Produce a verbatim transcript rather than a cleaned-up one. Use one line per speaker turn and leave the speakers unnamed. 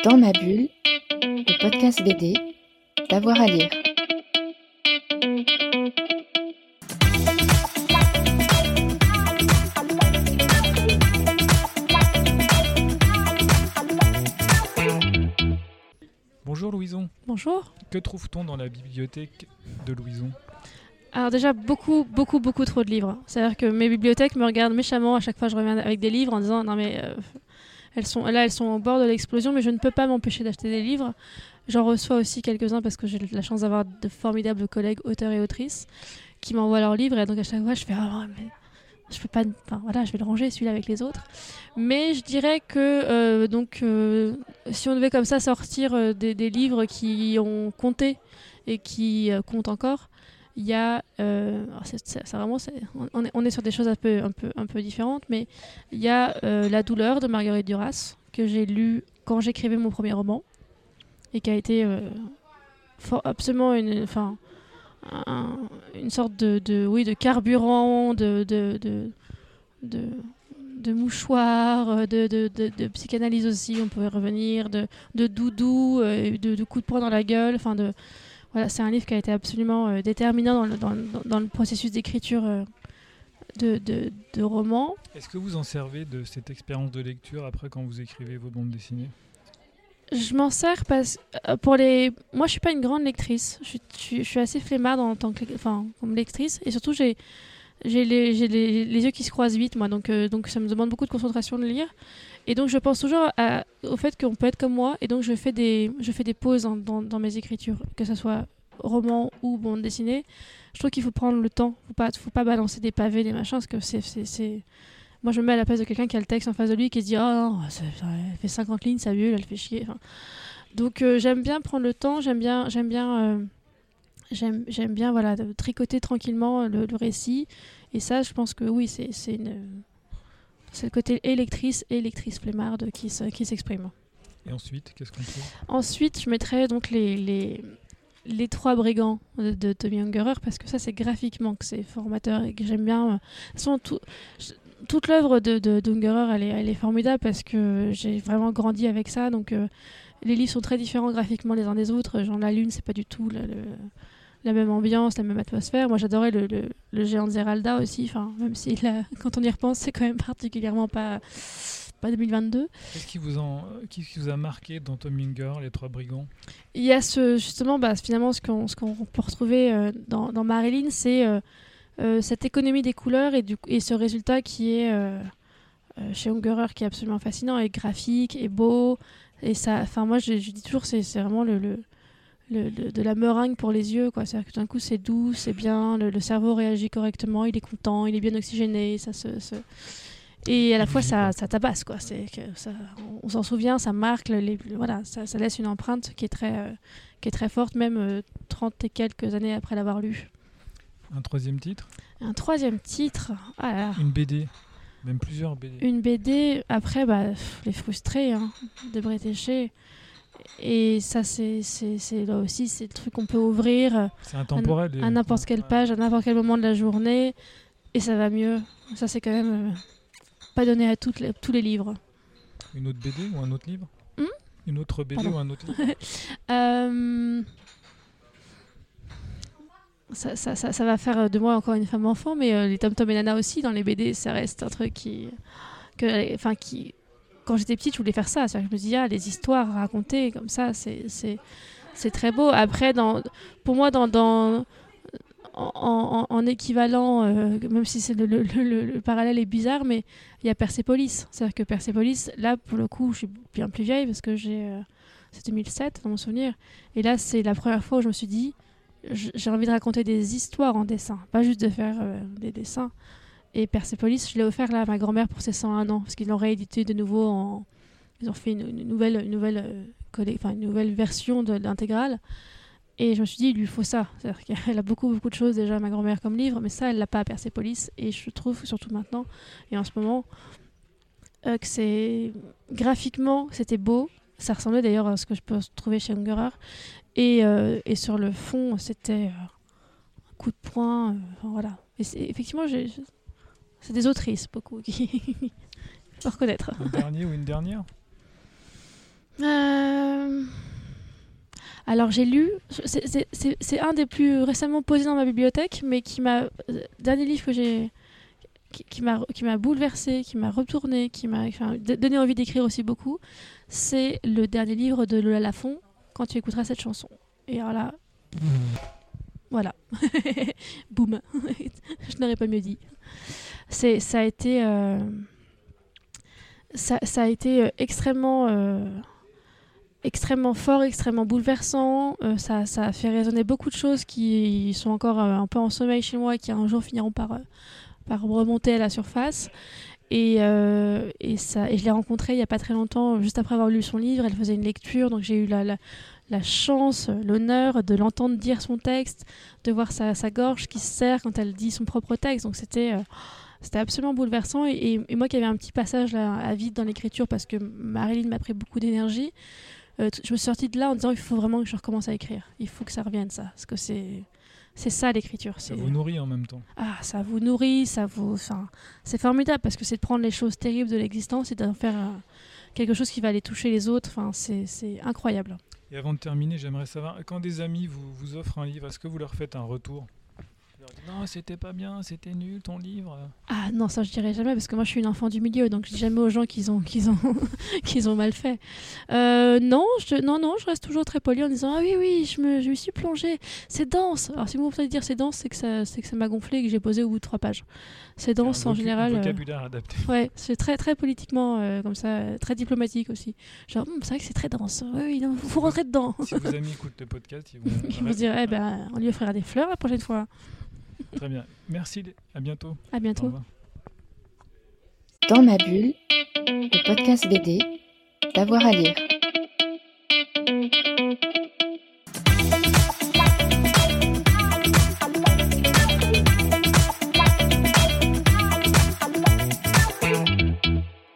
Dans ma bulle, le podcast B D, d'avoir à lire.
Bonjour Louison.
Bonjour.
Que trouve-t-on dans la bibliothèque de Louison ?
Alors déjà, beaucoup, beaucoup, beaucoup trop de livres. C'est-à-dire que mes bibliothèques me regardent méchamment à chaque fois que je reviens avec des livres en disant « Non mais, euh, elles sont, là, elles sont au bord de l'explosion, mais je ne peux pas m'empêcher d'acheter des livres. » J'en reçois aussi quelques-uns parce que j'ai la chance d'avoir de formidables collègues auteurs et autrices qui m'envoient leurs livres. Et donc à chaque fois, je fais « Ah, mais je peux pas... Enfin voilà, je vais le ranger, celui-là avec les autres. » Mais je dirais que euh, donc, euh, si on devait comme ça sortir euh, des, des livres qui ont compté et qui euh, comptent encore, il y a, euh, c'est, c'est, c'est vraiment, c'est, on, est, on est sur des choses un peu, un peu, un peu différentes, mais il y a euh, La douleur de Marguerite Duras, que j'ai lu quand j'écrivais mon premier roman, et qui a été euh, for, absolument une, enfin, un, une sorte de, de, oui, de carburant, de, de, de, de, de mouchoir, de, de, de, de psychanalyse aussi, on pourrait revenir, de, de doudou, euh, de, de coups de poing dans la gueule, enfin de... Voilà, c'est un livre qui a été absolument euh, déterminant dans le, dans, dans, dans le processus d'écriture euh, de, de, de romans.
Est-ce que vous en servez de cette expérience de lecture après quand vous écrivez vos bandes dessinées ?
Je m'en sers parce euh, pour les. Moi, je suis pas une grande lectrice. Je, je, je suis assez flemmarde en tant que, enfin, comme lectrice, et surtout j'ai j'ai les j'ai les, les yeux qui se croisent vite, moi. Donc euh, donc ça me demande beaucoup de concentration de lire. Et donc je pense toujours à, au fait qu'on peut être comme moi, et donc je fais des, je fais des pauses hein, dans, dans mes écritures, que ce soit roman ou bande dessinée. Je trouve qu'il faut prendre le temps, faut pas, faut pas balancer des pavés, des machins, parce que c'est, c'est, c'est... Moi je me mets à la place de quelqu'un qui a le texte en face de lui, qui se dit « Oh non, ça, ça, elle fait cinquante lignes, ça bulle, elle fait chier. » Enfin, donc euh, j'aime bien prendre le temps, j'aime bien, j'aime bien, euh, j'aime, j'aime bien voilà, tricoter tranquillement le, le récit, et ça je pense que oui, c'est, c'est une... C'est le côté électrice et lectrice flemmarde qui, se, qui s'exprime.
Et ensuite, qu'est-ce qu'on trouve ?
Ensuite, je mettrais donc les, les, les trois brigands de, de Tommy Ungerer, parce que ça, c'est graphiquement que c'est formateur et que j'aime bien. Sont tout, je, toute l'œuvre de, de, d'Ungerer, elle est, elle est formidable parce que j'ai vraiment grandi avec ça. Donc, euh, les livres sont très différents graphiquement les uns des autres. Genre, La Lune, c'est pas du tout le, le, la même ambiance, la même atmosphère. Moi, j'adorais le, le, le géant de Zeralda aussi, même si là, quand on y repense, c'est quand même particulièrement pas, pas deux mille vingt-deux.
Qu'est-ce qui vous, en, qu'est-ce qui vous a marqué dans Tom Ungerer, Les Trois Brigands ?
Il y a ce, justement, bah, finalement, ce qu'on, ce qu'on peut retrouver euh, dans, dans Marilyn, c'est euh, euh, cette économie des couleurs et, du, et ce résultat qui est, euh, euh, chez Ungerer, qui est absolument fascinant, et graphique, et beau. Et ça, moi, je, je dis toujours, c'est, c'est vraiment le... le Le, le, de la meringue pour les yeux, quoi. C'est-à-dire que d'un coup c'est doux, c'est bien, le, le cerveau réagit correctement, il est content, il est bien oxygéné, ça se, se... et à la fois ça, ça tabasse, quoi. C'est que ça, on, on s'en souvient, ça marque, les, voilà, ça, ça laisse une empreinte qui est très, euh, qui est très forte, même euh, trente et quelques années après l'avoir lu.
Un troisième titre ?
Un troisième titre, ah là là.
Une B D, même plusieurs B D.
Une B D, après, bah, pff, Les Frustrés, hein, de Bretéché. Et ça, c'est, c'est, c'est là aussi, c'est le truc qu'on peut ouvrir
c'est intemporel,
à, à n'importe quelle page, à n'importe quel moment de la journée, et ça va mieux. Ça, c'est quand même euh, pas donné à toutes les, tous les livres.
Une autre B D ou un autre livre
hmm
Une autre B D
Pardon.
ou un autre livre
euh, ça, ça, ça, ça va faire de moi encore une femme enfant, mais euh, les Tom Tom et Nana aussi, dans les B D, ça reste un truc qui... Que, enfin, qui quand j'étais petite, je voulais faire ça. C'est-à-dire que je me disais, ah, les histoires racontées comme ça, c'est, c'est, c'est très beau. Après, dans, pour moi, dans, dans, en, en, en équivalent, euh, même si c'est le, le, le, le parallèle est bizarre, mais il y a Persépolis. C'est-à-dire que Persépolis, là, pour le coup, je suis bien plus vieille parce que j'ai, euh, c'est deux mille sept dans mon souvenir. Et là, c'est la première fois où je me suis dit, j'ai envie de raconter des histoires en dessin, pas juste de faire euh, des dessins. Et Persépolis, je l'ai offert là à ma grand-mère pour ses cent un ans, parce qu'ils l'ont réédité de nouveau en... Ils ont fait une, une, nouvelle, une, nouvelle, euh, collé... enfin, une nouvelle version de l'intégrale. Et je me suis dit, il lui faut ça. C'est-à-dire qu'elle a beaucoup, beaucoup de choses déjà, ma grand-mère, comme livre, mais ça, elle l'a pas à Persépolis. Et je trouve, surtout maintenant, et en ce moment, euh, que c'est... Graphiquement, c'était beau. Ça ressemblait d'ailleurs à ce que je peux trouver chez Ungerer. Et, euh, et sur le fond, c'était euh, un coup de poing. Euh, enfin, voilà. Et c'est, effectivement, j'ai... C'est des autrices, beaucoup, qui... faut reconnaître.
Un dernier ou une dernière ?
euh... Alors j'ai lu, c'est, c'est, c'est, c'est un des plus récemment posés dans ma bibliothèque, mais qui m'a, euh, dernier livre que j'ai, qui, qui m'a, qui m'a bouleversée, qui m'a retourné, qui m'a enfin, d- donné envie d'écrire aussi beaucoup. C'est le dernier livre de Lola Lafont, Quand tu écouteras cette chanson. Et alors là, voilà, boum, je n'aurais pas mieux dit. C'est, ça a été, euh, ça, ça a été extrêmement. Euh, extrêmement fort, extrêmement bouleversant. Euh, ça, ça a fait résonner beaucoup de choses qui sont encore euh, un peu en sommeil chez moi et qui un jour finiront par, euh, par remonter à la surface. Et, euh, et, ça, et je l'ai rencontrée il n'y a pas très longtemps, juste après avoir lu son livre. Elle faisait une lecture, donc j'ai eu la, la, la chance, l'honneur de l'entendre dire son texte, de voir sa, sa gorge qui se serre quand elle dit son propre texte. Donc c'était... Euh, C'était absolument bouleversant. Et, et, et moi qui avais un petit passage là, à vide dans l'écriture parce que Marilyn m'a pris beaucoup d'énergie, Euh, t- je me suis sortie de là en disant il faut vraiment que je recommence à écrire. Il faut que ça revienne, ça. Parce que c'est, c'est ça l'écriture.
Ça
C'est...
vous nourrit en même temps.
Ah, ça vous nourrit, ça vous... Enfin, c'est formidable parce que c'est de prendre les choses terribles de l'existence et d'en faire euh, quelque chose qui va aller toucher les autres. Enfin, c'est, c'est incroyable.
Et avant de terminer, j'aimerais savoir, quand des amis vous, vous offrent un livre, est-ce que vous leur faites un retour ? Vous leur dites, non, c'était pas bien, c'était nul ton livre.
Ah non, ça je dirais jamais parce que moi je suis une enfant du milieu, donc je dis jamais aux gens qu'ils ont, qu'ils ont, qu'ils ont mal fait. Euh, non, je, non, non, je reste toujours très polie en disant ah oui, oui, je me, je me suis plongée. C'est dense. Alors si vous m'entendez dire c'est dense, c'est que ça, c'est que ça m'a gonflé et que j'ai posé au bout de trois pages. C'est dense
C'est un
en
vocu-
général.
Un
euh,
vocabulaire adapté.
Ouais, c'est très très politiquement euh, comme ça, euh, très diplomatique aussi. Genre Hum, c'est vrai que c'est très dense. Oui, oui, il faut rentrer dedans.
Si vos amis écoutent le podcast, ils vont...
Ils vont se dire eh ben, on lui offrira des fleurs la prochaine fois.
Très bien. Merci, à bientôt.
À
Au
bientôt.
revoir.
Dans ma bulle, le podcast B D, d'avoir à lire.